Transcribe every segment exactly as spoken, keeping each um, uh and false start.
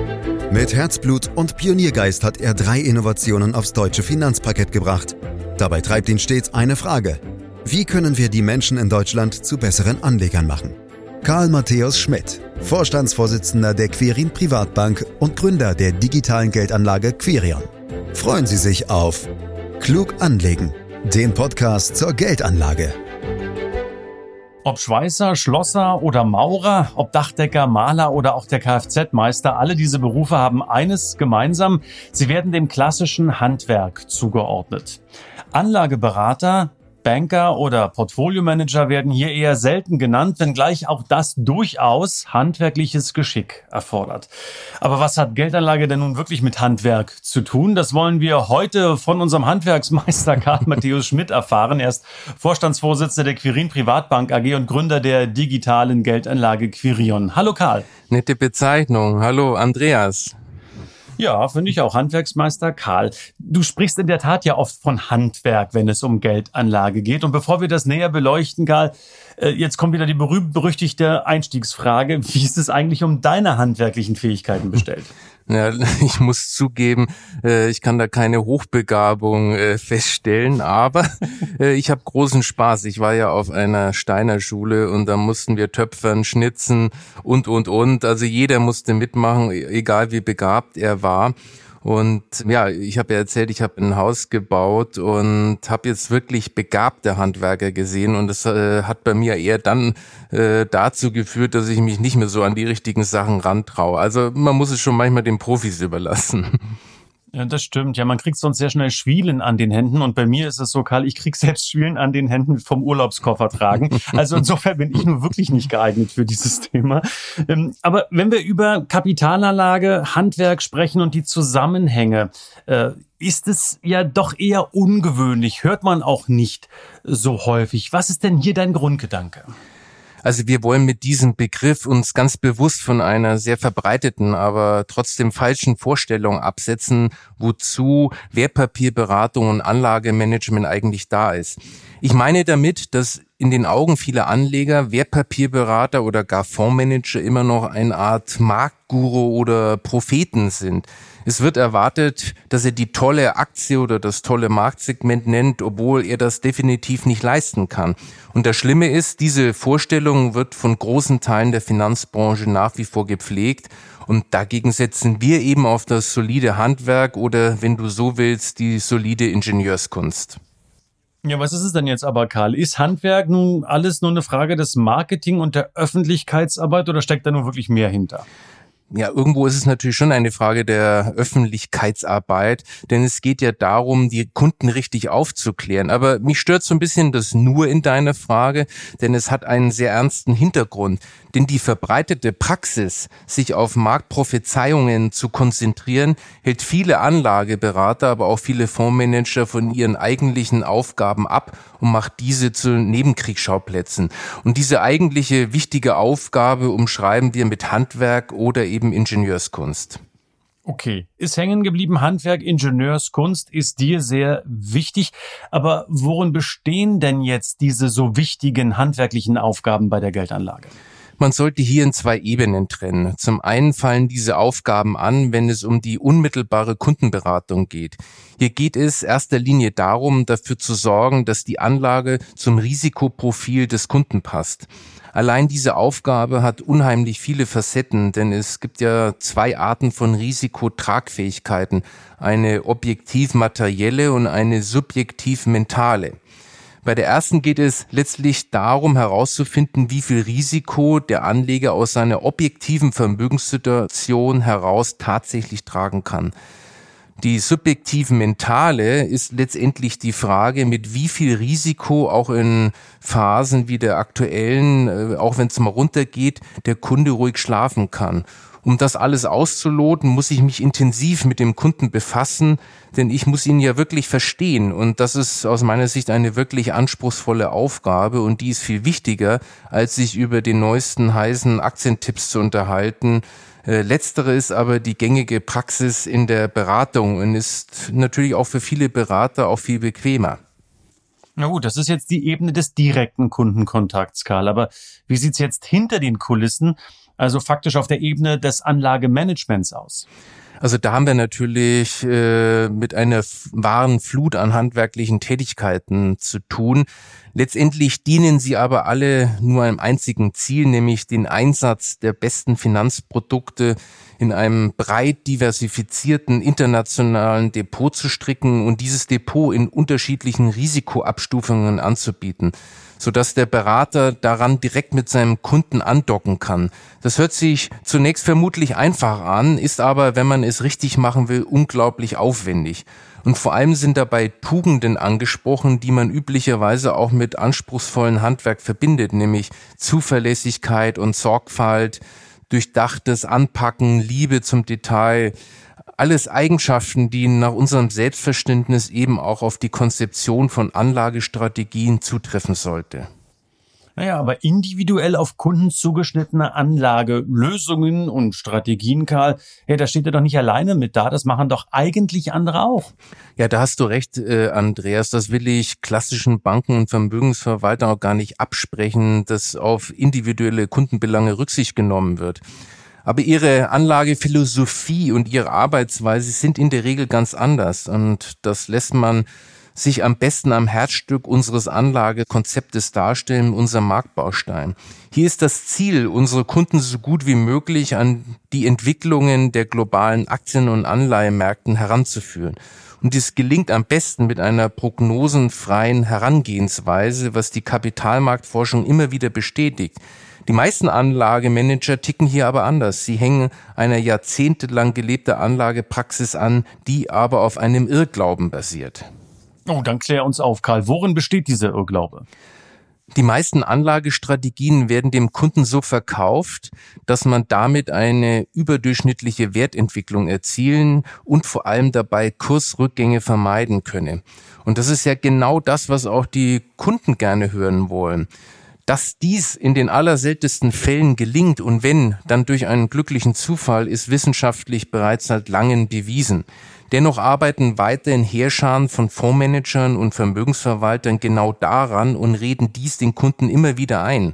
Mit Herzblut und Pioniergeist hat er drei Innovationen aufs deutsche Finanzparkett gebracht. Dabei treibt ihn stets eine Frage: Wie können wir die Menschen in Deutschland zu besseren Anlegern machen? Karl Matthäus Schmidt, Vorstandsvorsitzender der Quirin Privatbank und Gründer der digitalen Geldanlage Quirion. Freuen Sie sich auf Klug anlegen, den Podcast zur Geldanlage. Ob Schweißer, Schlosser oder Maurer, ob Dachdecker, Maler oder auch der Kfz-Meister, alle diese Berufe haben eines gemeinsam: Sie werden dem klassischen Handwerk zugeordnet. Anlageberater, Banker oder Portfoliomanager werden hier eher selten genannt, wenngleich auch das durchaus handwerkliches Geschick erfordert. Aber was hat Geldanlage denn nun wirklich mit Handwerk zu tun? Das wollen wir heute von unserem Handwerksmeister Karl Matthäus Schmidt erfahren. Er ist Vorstandsvorsitzender der Quirin Privatbank A G und Gründer der digitalen Geldanlage Quirion. Hallo Karl. Nette Bezeichnung. Hallo Andreas. Ja, finde ich auch. Handwerksmeister Karl. Du sprichst in der Tat ja oft von Handwerk, wenn es um Geldanlage geht. Und bevor wir das näher beleuchten, Karl, jetzt kommt wieder die berühmt-berüchtigte Einstiegsfrage. Wie ist es eigentlich um deine handwerklichen Fähigkeiten bestellt? Ja, ich muss zugeben, ich kann da keine Hochbegabung feststellen, aber ich habe großen Spaß. Ich war ja auf einer Steiner Schule und da mussten wir töpfern, schnitzen und, und, und. Also jeder musste mitmachen, egal wie begabt er war. Und ja, ich habe ja erzählt, ich habe ein Haus gebaut und habe jetzt wirklich begabte Handwerker gesehen. Und das äh, hat bei mir eher dann äh, dazu geführt, dass ich mich nicht mehr so an die richtigen Sachen rantraue. Also man muss es schon manchmal den Profis überlassen. Ja, das stimmt. Ja, man kriegt sonst sehr schnell Schwielen an den Händen. Und bei mir ist es so, Karl, ich krieg selbst Schwielen an den Händen vom Urlaubskoffer tragen. Also insofern bin ich nur wirklich nicht geeignet für dieses Thema. Aber wenn wir über Kapitalanlage, Handwerk sprechen und die Zusammenhänge, ist es ja doch eher ungewöhnlich. Hört man auch nicht so häufig. Was ist denn hier dein Grundgedanke? Also wir wollen mit diesem Begriff uns ganz bewusst von einer sehr verbreiteten, aber trotzdem falschen Vorstellung absetzen, wozu Wertpapierberatung und Anlagemanagement eigentlich da ist. Ich meine damit, dass in den Augen vieler Anleger Wertpapierberater oder gar Fondsmanager immer noch eine Art Marktguru oder Propheten sind. Es wird erwartet, dass er die tolle Aktie oder das tolle Marktsegment nennt, obwohl er das definitiv nicht leisten kann. Und das Schlimme ist, diese Vorstellung wird von großen Teilen der Finanzbranche nach wie vor gepflegt. Und dagegen setzen wir eben auf das solide Handwerk oder, wenn du so willst, die solide Ingenieurskunst. Ja, was ist es denn jetzt aber, Karl? Ist Handwerk nun alles nur eine Frage des Marketing und der Öffentlichkeitsarbeit oder steckt da nun wirklich mehr hinter? Ja, irgendwo ist es natürlich schon eine Frage der Öffentlichkeitsarbeit, denn es geht ja darum, die Kunden richtig aufzuklären. Aber mich stört so ein bisschen das nur in deiner Frage, denn es hat einen sehr ernsten Hintergrund. Denn die verbreitete Praxis, sich auf Marktprophezeiungen zu konzentrieren, hält viele Anlageberater, aber auch viele Fondsmanager von ihren eigentlichen Aufgaben ab und macht diese zu Nebenkriegsschauplätzen. Und diese eigentliche wichtige Aufgabe umschreiben wir mit Handwerk oder eben Ingenieurskunst. Okay, ist hängen geblieben, Handwerk, Ingenieurskunst ist dir sehr wichtig. Aber worin bestehen denn jetzt diese so wichtigen handwerklichen Aufgaben bei der Geldanlage? Man sollte hier in zwei Ebenen trennen. Zum einen fallen diese Aufgaben an, wenn es um die unmittelbare Kundenberatung geht. Hier geht es in erster Linie darum, dafür zu sorgen, dass die Anlage zum Risikoprofil des Kunden passt. Allein diese Aufgabe hat unheimlich viele Facetten, denn es gibt ja zwei Arten von Risikotragfähigkeiten, eine objektiv materielle und eine subjektiv mentale. Bei der ersten geht es letztlich darum herauszufinden, wie viel Risiko der Anleger aus seiner objektiven Vermögenssituation heraus tatsächlich tragen kann. Die subjektive mentale ist letztendlich die Frage, mit wie viel Risiko auch in Phasen wie der aktuellen, auch wenn es mal runtergeht, der Kunde ruhig schlafen kann. Um das alles auszuloten, muss ich mich intensiv mit dem Kunden befassen, denn ich muss ihn ja wirklich verstehen. Und das ist aus meiner Sicht eine wirklich anspruchsvolle Aufgabe und die ist viel wichtiger, als sich über den neuesten heißen Aktientipps zu unterhalten. Letztere ist aber die gängige Praxis in der Beratung und ist natürlich auch für viele Berater auch viel bequemer. Na gut, das ist jetzt die Ebene des direkten Kundenkontakts, Karl. Aber wie sieht's jetzt hinter den Kulissen also faktisch auf der Ebene des Anlagemanagements aus? Also da haben wir natürlich äh, mit einer wahren Flut an handwerklichen Tätigkeiten zu tun. Letztendlich dienen sie aber alle nur einem einzigen Ziel, nämlich den Einsatz der besten Finanzprodukte in einem breit diversifizierten internationalen Depot zu stricken und dieses Depot in unterschiedlichen Risikoabstufungen anzubieten, sodass der Berater daran direkt mit seinem Kunden andocken kann. Das hört sich zunächst vermutlich einfach an, ist aber, wenn man es richtig machen will, unglaublich aufwendig. Und vor allem sind dabei Tugenden angesprochen, die man üblicherweise auch mit anspruchsvollem Handwerk verbindet, nämlich Zuverlässigkeit und Sorgfalt, durchdachtes Anpacken, Liebe zum Detail. Alles Eigenschaften, die nach unserem Selbstverständnis eben auch auf die Konzeption von Anlagestrategien zutreffen sollte. Naja, aber individuell auf Kunden zugeschnittene Anlagelösungen und Strategien, Karl, ja, da steht er doch nicht alleine mit da, das machen doch eigentlich andere auch. Ja, da hast du recht, äh, Andreas, das will ich klassischen Banken und Vermögensverwaltern auch gar nicht absprechen, dass auf individuelle Kundenbelange Rücksicht genommen wird. Aber ihre Anlagephilosophie und ihre Arbeitsweise sind in der Regel ganz anders und das lässt man sich am besten am Herzstück unseres Anlagekonzeptes darstellen, unser Marktbaustein. Hier ist das Ziel, unsere Kunden so gut wie möglich an die Entwicklungen der globalen Aktien- und Anleihemärkten heranzuführen. Und dies gelingt am besten mit einer prognosenfreien Herangehensweise, was die Kapitalmarktforschung immer wieder bestätigt. Die meisten Anlagemanager ticken hier aber anders. Sie hängen einer jahrzehntelang gelebten Anlagepraxis an, die aber auf einem Irrglauben basiert. Oh, dann klär uns auf, Karl. Worin besteht dieser Irrglaube? Die meisten Anlagestrategien werden dem Kunden so verkauft, dass man damit eine überdurchschnittliche Wertentwicklung erzielen und vor allem dabei Kursrückgänge vermeiden könne. Und das ist ja genau das, was auch die Kunden gerne hören wollen. Dass dies in den allerseltensten Fällen gelingt und wenn, dann durch einen glücklichen Zufall, ist wissenschaftlich bereits seit langem bewiesen. Dennoch arbeiten weiterhin Heerscharen von Fondsmanagern und Vermögensverwaltern genau daran und reden dies den Kunden immer wieder ein.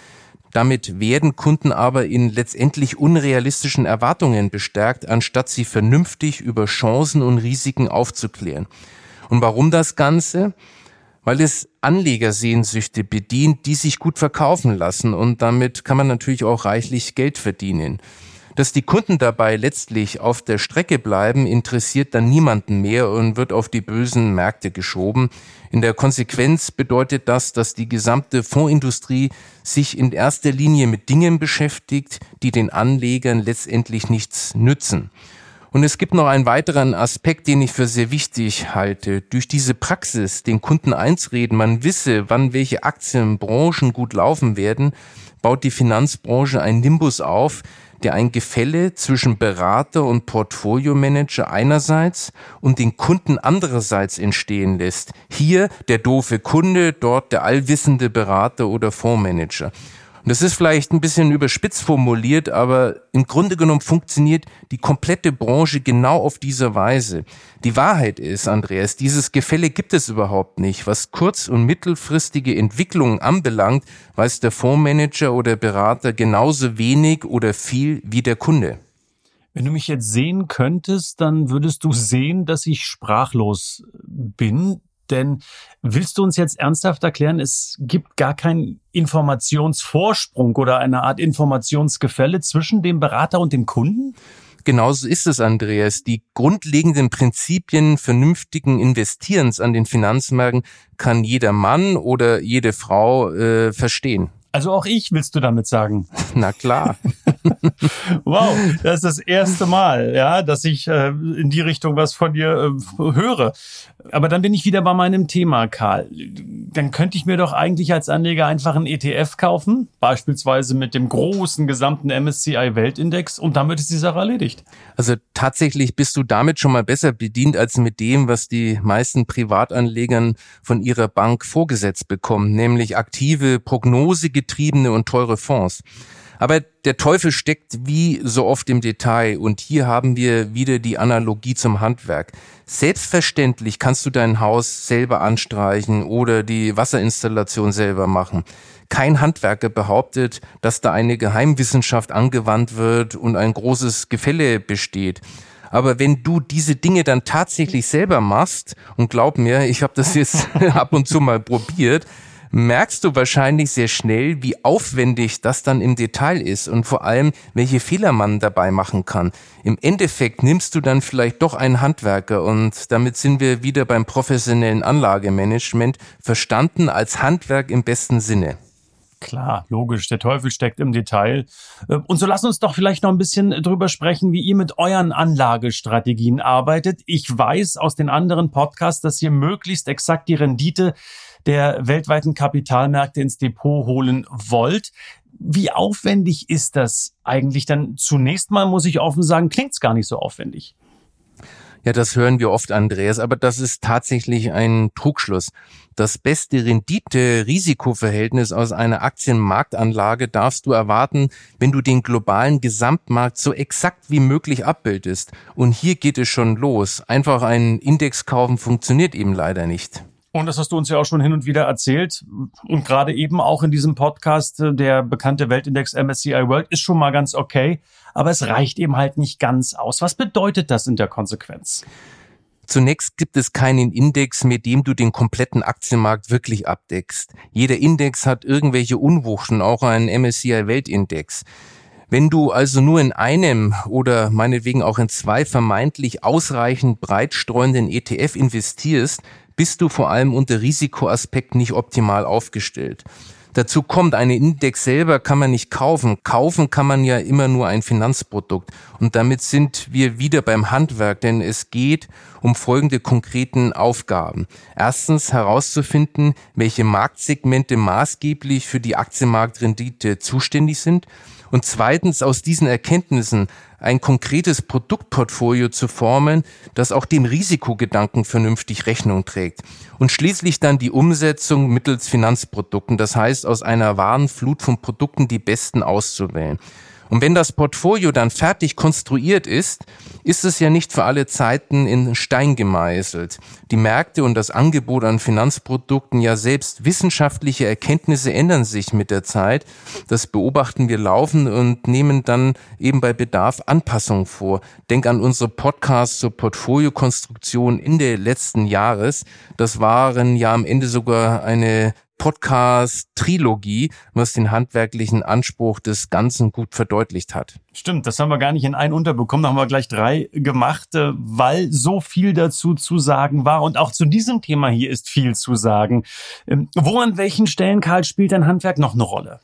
Damit werden Kunden aber in letztendlich unrealistischen Erwartungen bestärkt, anstatt sie vernünftig über Chancen und Risiken aufzuklären. Und warum das Ganze? Weil es Anlegersehnsüchte bedient, die sich gut verkaufen lassen und damit kann man natürlich auch reichlich Geld verdienen. Dass die Kunden dabei letztlich auf der Strecke bleiben, interessiert dann niemanden mehr und wird auf die bösen Märkte geschoben. In der Konsequenz bedeutet das, dass die gesamte Fondsindustrie sich in erster Linie mit Dingen beschäftigt, die den Anlegern letztendlich nichts nützen. Und es gibt noch einen weiteren Aspekt, den ich für sehr wichtig halte. Durch diese Praxis, den Kunden einzureden, man wisse, wann welche Aktien, Branchen gut laufen werden, baut die Finanzbranche einen Nimbus auf, der ein Gefälle zwischen Berater und Portfoliomanager einerseits und den Kunden andererseits entstehen lässt. Hier der doofe Kunde, dort der allwissende Berater oder Fondsmanager. Und das ist vielleicht ein bisschen überspitzt formuliert, aber im Grunde genommen funktioniert die komplette Branche genau auf diese Weise. Die Wahrheit ist, Andreas, dieses Gefälle gibt es überhaupt nicht. Was kurz- und mittelfristige Entwicklungen anbelangt, weiß der Fondsmanager oder Berater genauso wenig oder viel wie der Kunde. Wenn du mich jetzt sehen könntest, dann würdest du sehen, dass ich sprachlos bin. Denn willst du uns jetzt ernsthaft erklären, es gibt gar keinen Informationsvorsprung oder eine Art Informationsgefälle zwischen dem Berater und dem Kunden? Genauso ist es, Andreas. Die grundlegenden Prinzipien vernünftigen Investierens an den Finanzmärkten kann jeder Mann oder jede Frau äh, verstehen. Also auch ich, willst du damit sagen? Na klar. Wow, das ist das erste Mal, ja, dass ich äh, in die Richtung was von dir äh, höre. Aber dann bin ich wieder bei meinem Thema, Karl. Dann könnte ich mir doch eigentlich als Anleger einfach einen E T F kaufen, beispielsweise mit dem großen gesamten M S C I Weltindex und damit ist die Sache erledigt. Also tatsächlich bist du damit schon mal besser bedient als mit dem, was die meisten Privatanlegern von ihrer Bank vorgesetzt bekommen, nämlich aktive, prognosegetriebene und teure Fonds. Aber der Teufel steckt wie so oft im Detail und hier haben wir wieder die Analogie zum Handwerk. Selbstverständlich kannst du dein Haus selber anstreichen oder die Wasserinstallation selber machen. Kein Handwerker behauptet, dass da eine Geheimwissenschaft angewandt wird und ein großes Gefälle besteht. Aber wenn du diese Dinge dann tatsächlich selber machst, und glaub mir, ich habe das jetzt ab und zu mal probiert, merkst du wahrscheinlich sehr schnell, wie aufwendig das dann im Detail ist und vor allem, welche Fehler man dabei machen kann. Im Endeffekt nimmst du dann vielleicht doch einen Handwerker und damit sind wir wieder beim professionellen Anlagemanagement, verstanden als Handwerk im besten Sinne. Klar, logisch, der Teufel steckt im Detail. Und so lass uns doch vielleicht noch ein bisschen drüber sprechen, wie ihr mit euren Anlagestrategien arbeitet. Ich weiß aus den anderen Podcasts, dass ihr möglichst exakt die Rendite der weltweiten Kapitalmärkte ins Depot holen wollt. Wie aufwendig ist das eigentlich? Dann zunächst mal muss ich offen sagen, klingt es gar nicht so aufwendig. Ja, das hören wir oft, Andreas, aber das ist tatsächlich ein Trugschluss. Das beste Rendite-Risikoverhältnis aus einer Aktienmarktanlage darfst du erwarten, wenn du den globalen Gesamtmarkt so exakt wie möglich abbildest. Und hier geht es schon los. Einfach einen Index kaufen funktioniert eben leider nicht. Und das hast du uns ja auch schon hin und wieder erzählt. Und gerade eben auch in diesem Podcast, der bekannte Weltindex M S C I World ist schon mal ganz okay. Aber es reicht eben halt nicht ganz aus. Was bedeutet das in der Konsequenz? Zunächst gibt es keinen Index, mit dem du den kompletten Aktienmarkt wirklich abdeckst. Jeder Index hat irgendwelche Unwuchten, auch ein M S C I Weltindex. Wenn du also nur in einem oder meinetwegen auch in zwei vermeintlich ausreichend breit streuenden E T F investierst, bist du vor allem unter Risikoaspekten nicht optimal aufgestellt. Dazu kommt, einen Index selber kann man nicht kaufen. Kaufen kann man ja immer nur ein Finanzprodukt. Und damit sind wir wieder beim Handwerk, denn es geht um folgende konkreten Aufgaben. Erstens herauszufinden, welche Marktsegmente maßgeblich für die Aktienmarktrendite zuständig sind. Und zweitens aus diesen Erkenntnissen ein konkretes Produktportfolio zu formen, das auch dem Risikogedanken vernünftig Rechnung trägt. Und schließlich dann die Umsetzung mittels Finanzprodukten, das heißt aus einer wahren Flut von Produkten die besten auszuwählen. Und wenn das Portfolio dann fertig konstruiert ist, ist es ja nicht für alle Zeiten in Stein gemeißelt. Die Märkte und das Angebot an Finanzprodukten, ja selbst wissenschaftliche Erkenntnisse ändern sich mit der Zeit. Das beobachten wir laufend und nehmen dann eben bei Bedarf Anpassungen vor. Denk an unsere Podcasts zur Portfoliokonstruktion Ende letzten Jahres. Das waren ja am Ende sogar eine Podcast-Trilogie, was den handwerklichen Anspruch des Ganzen gut verdeutlicht hat. Stimmt, das haben wir gar nicht in einen unterbekommen, da haben wir gleich drei gemacht, weil so viel dazu zu sagen war. Und auch zu diesem Thema hier ist viel zu sagen. Wo an welchen Stellen, Karl, spielt dein Handwerk noch eine Rolle?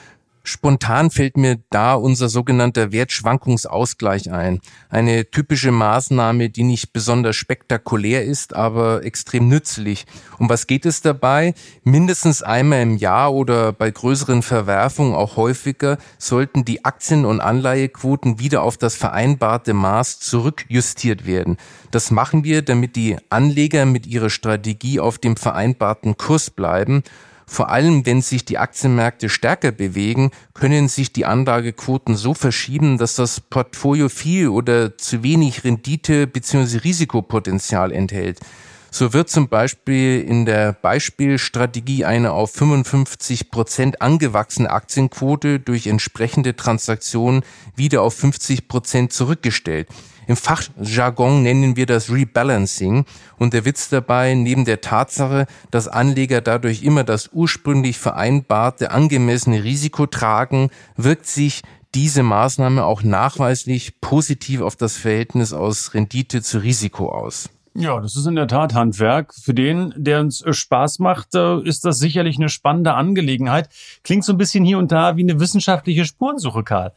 Spontan fällt mir da unser sogenannter Wertschwankungsausgleich ein. Eine typische Maßnahme, die nicht besonders spektakulär ist, aber extrem nützlich. Um was geht es dabei? Mindestens einmal im Jahr oder bei größeren Verwerfungen auch häufiger sollten die Aktien- und Anleihequoten wieder auf das vereinbarte Maß zurückjustiert werden. Das machen wir, damit die Anleger mit ihrer Strategie auf dem vereinbarten Kurs bleiben. Vor allem, wenn sich die Aktienmärkte stärker bewegen, können sich die Anlagequoten so verschieben, dass das Portfolio viel oder zu wenig Rendite bzw. Risikopotenzial enthält. So wird zum Beispiel in der Beispielstrategie eine auf fünfundfünfzig Prozent angewachsene Aktienquote durch entsprechende Transaktionen wieder auf fünfzig Prozent zurückgestellt. Im Fachjargon nennen wir das Rebalancing und der Witz dabei, neben der Tatsache, dass Anleger dadurch immer das ursprünglich vereinbarte angemessene Risiko tragen, wirkt sich diese Maßnahme auch nachweislich positiv auf das Verhältnis aus Rendite zu Risiko aus. Ja, das ist in der Tat Handwerk. Für den, der uns Spaß macht, ist das sicherlich eine spannende Angelegenheit. Klingt so ein bisschen hier und da wie eine wissenschaftliche Spurensuche, Karl.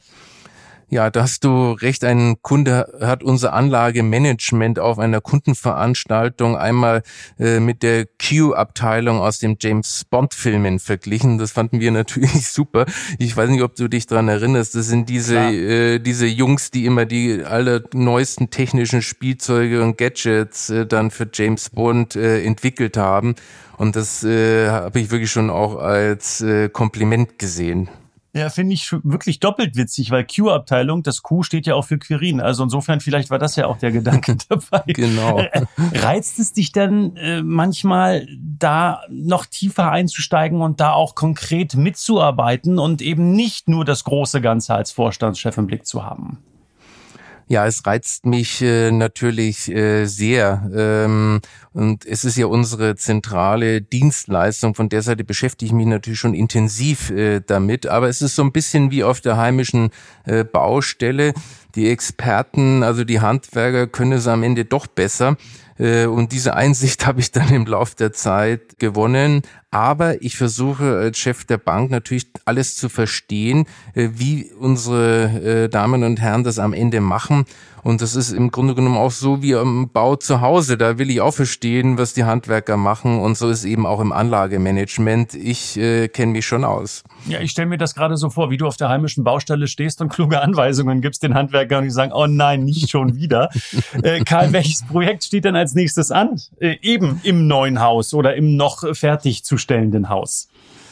Ja, da hast du recht. Ein Kunde hat unser Anlagemanagement auf einer Kundenveranstaltung einmal äh, mit der Q-Abteilung aus dem James-Bond-Filmen verglichen. Das fanden wir natürlich super. Ich weiß nicht, ob du dich daran erinnerst. Das sind diese äh, diese Jungs, die immer die allerneuesten technischen Spielzeuge und Gadgets äh, dann für James Bond äh, entwickelt haben. Und das äh, habe ich wirklich schon auch als äh, Kompliment gesehen. Ja, finde ich wirklich doppelt witzig, weil Q-Abteilung, das Q steht ja auch für Quirin. Also insofern, vielleicht war das ja auch der Gedanke dabei. Genau. Reizt es dich denn äh, manchmal, da noch tiefer einzusteigen und da auch konkret mitzuarbeiten und eben nicht nur das große Ganze als Vorstandschef im Blick zu haben? Ja, es reizt mich äh, natürlich äh, sehr. Ähm, und es ist ja unsere zentrale Dienstleistung. Von der Seite beschäftige ich mich natürlich schon intensiv äh, damit. Aber es ist so ein bisschen wie auf der heimischen äh, Baustelle. Die Experten, also die Handwerker, können es am Ende doch besser. Äh, und diese Einsicht habe ich dann im Laufe der Zeit gewonnen. Aber ich versuche als Chef der Bank natürlich alles zu verstehen, wie unsere Damen und Herren das am Ende machen. Und das ist im Grunde genommen auch so wie am Bau zu Hause. Da will ich auch verstehen, was die Handwerker machen. Und so ist eben auch im Anlagemanagement. Ich äh, kenne mich schon aus. Ja, ich stelle mir das gerade so vor, wie du auf der heimischen Baustelle stehst und kluge Anweisungen gibst den Handwerkern und die sagen, oh nein, nicht schon wieder. äh, Karl, welches Projekt steht denn als nächstes an? Äh, eben im neuen Haus oder im noch fertigzustellenden Haus?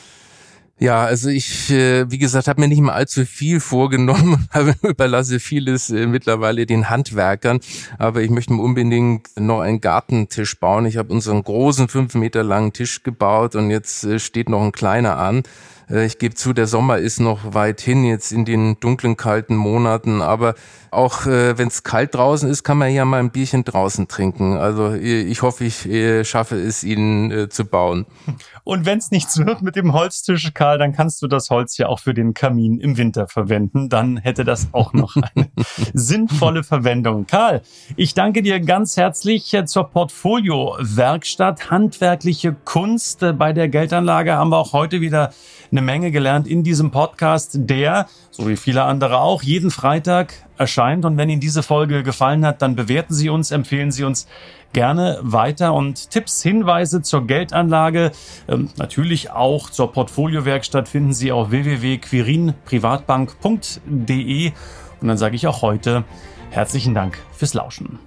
Ja, also ich, äh, wie gesagt, habe mir nicht mal allzu viel vorgenommen, habe überlasse vieles äh, mittlerweile den Handwerkern, aber ich möchte mir unbedingt noch einen Gartentisch bauen. Ich habe unseren großen fünf Meter langen Tisch gebaut und jetzt äh, steht noch ein kleiner an. Äh, ich gebe zu, der Sommer ist noch weit hin, jetzt in den dunklen, kalten Monaten, aber auch äh, wenn es kalt draußen ist, kann man ja mal ein Bierchen draußen trinken. Also äh, ich hoffe, ich äh, schaffe es, ihn äh, zu bauen. Und wenn es nichts wird mit dem Holztisch, Karl, dann kannst du das Holz ja auch für den Kamin im Winter verwenden. Dann hätte das auch noch eine sinnvolle Verwendung. Karl, ich danke dir ganz herzlich zur Portfolio-Werkstatt. Handwerkliche Kunst bei der Geldanlage haben wir auch heute wieder eine Menge gelernt in diesem Podcast, der, so wie viele andere auch, jeden Freitag erscheint. Und wenn Ihnen diese Folge gefallen hat, dann bewerten Sie uns, empfehlen Sie uns gerne weiter. Und Tipps, Hinweise zur Geldanlage, ähm, natürlich auch zur Portfolio-Werkstatt finden Sie auf w w w punkt quirin privatbank punkt d e. Und dann sage ich auch heute herzlichen Dank fürs Lauschen.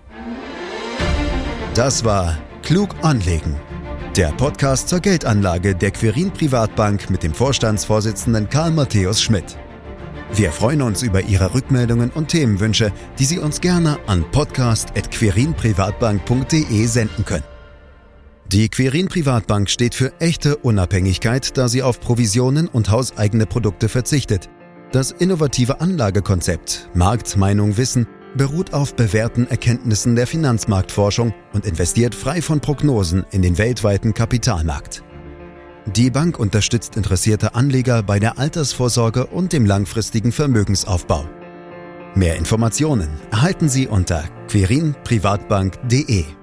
Das war Klug anlegen. Der Podcast zur Geldanlage der Quirin Privatbank mit dem Vorstandsvorsitzenden Karl Matthäus Schmidt. Wir freuen uns über Ihre Rückmeldungen und Themenwünsche, die Sie uns gerne an podcast at quirin privatbank punkt d e senden können. Die Quirin Privatbank steht für echte Unabhängigkeit, da sie auf Provisionen und hauseigene Produkte verzichtet. Das innovative Anlagekonzept Markt, Meinung, Wissen beruht auf bewährten Erkenntnissen der Finanzmarktforschung und investiert frei von Prognosen in den weltweiten Kapitalmarkt. Die Bank unterstützt interessierte Anleger bei der Altersvorsorge und dem langfristigen Vermögensaufbau. Mehr Informationen erhalten Sie unter quirin privatbank punkt d e.